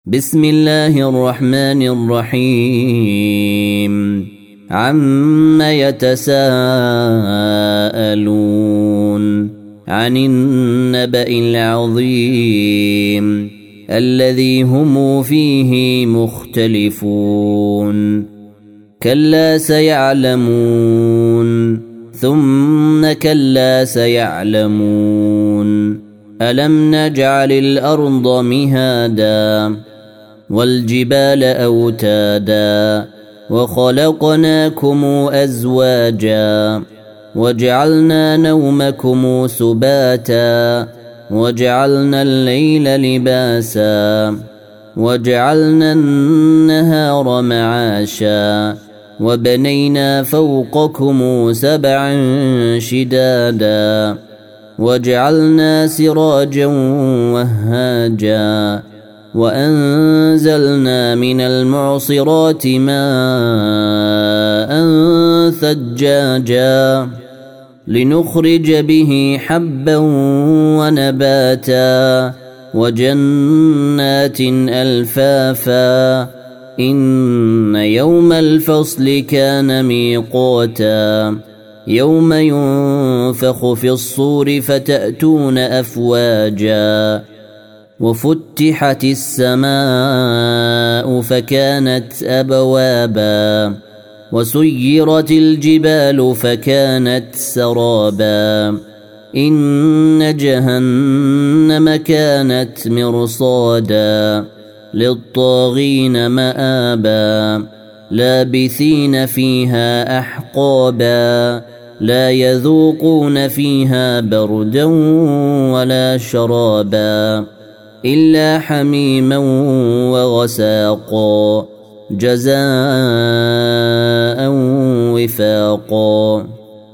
بسم الله الرحمن الرحيم عم يتساءلون عن النبأ العظيم الذي هم فيه مختلفون كلا سيعلمون ثم كلا سيعلمون ألم نجعل الأرض مهادا والجبال أوتادا وخلقناكم أزواجا وجعلنا نومكم سباتا وجعلنا الليل لباسا وجعلنا النهار معاشا وبنينا فوقكم سبعا شدادا وجعلنا سراجا وهاجا وأنزلنا من المعصرات ماء ثجاجا لنخرج به حبا ونباتا وجنات ألفافا إن يوم الفصل كان ميقاتا يوم ينفخ في الصور فتأتون أفواجا وفتحت السماء فكانت أبوابا وسيرت الجبال فكانت سرابا إن جهنم كانت مرصادا للطاغين مآبا لابثين فيها أحقابا لا يذوقون فيها بردا ولا شرابا إلا حميما وغساقا جزاء وفاقا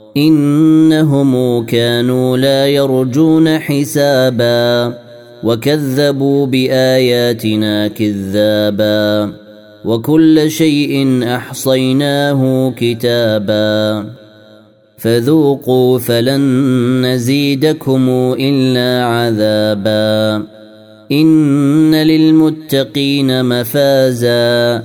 إنهم كانوا لا يرجون حسابا وكذبوا بآياتنا كذابا وكل شيء أحصيناه كتابا فذوقوا فلن نزيدكم إلا عذابا إن للمتقين مفازا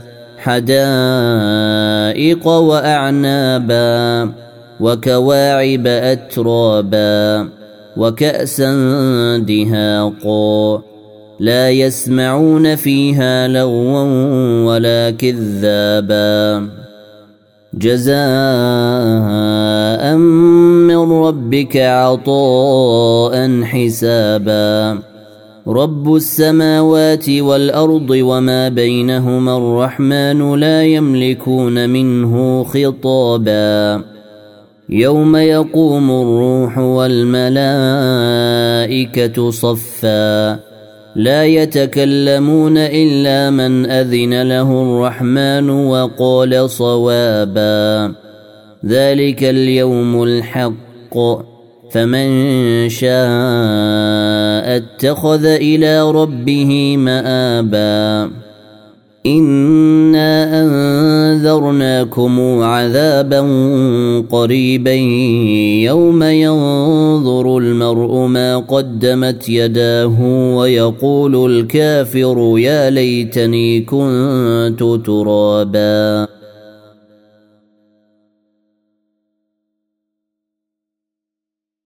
حدائق وأعنابا وكواعب أترابا وكأسا دهاقا لا يسمعون فيها لغوا ولا كذابا جزاء من ربك عطاء حسابا رب السماوات والأرض وما بينهما الرحمن لا يملكون منه خطابا يوم يقوم الروح والملائكة صفا لا يتكلمون إلا من أذن له الرحمن وقال صوابا ذلك اليوم الحق فمن شاء اتخذ إلى ربه مآبا إنا أنذرناكم عذابا قريبا يوم ينظر المرء ما قدمت يداه ويقول الكافر يا ليتني كنت ترابا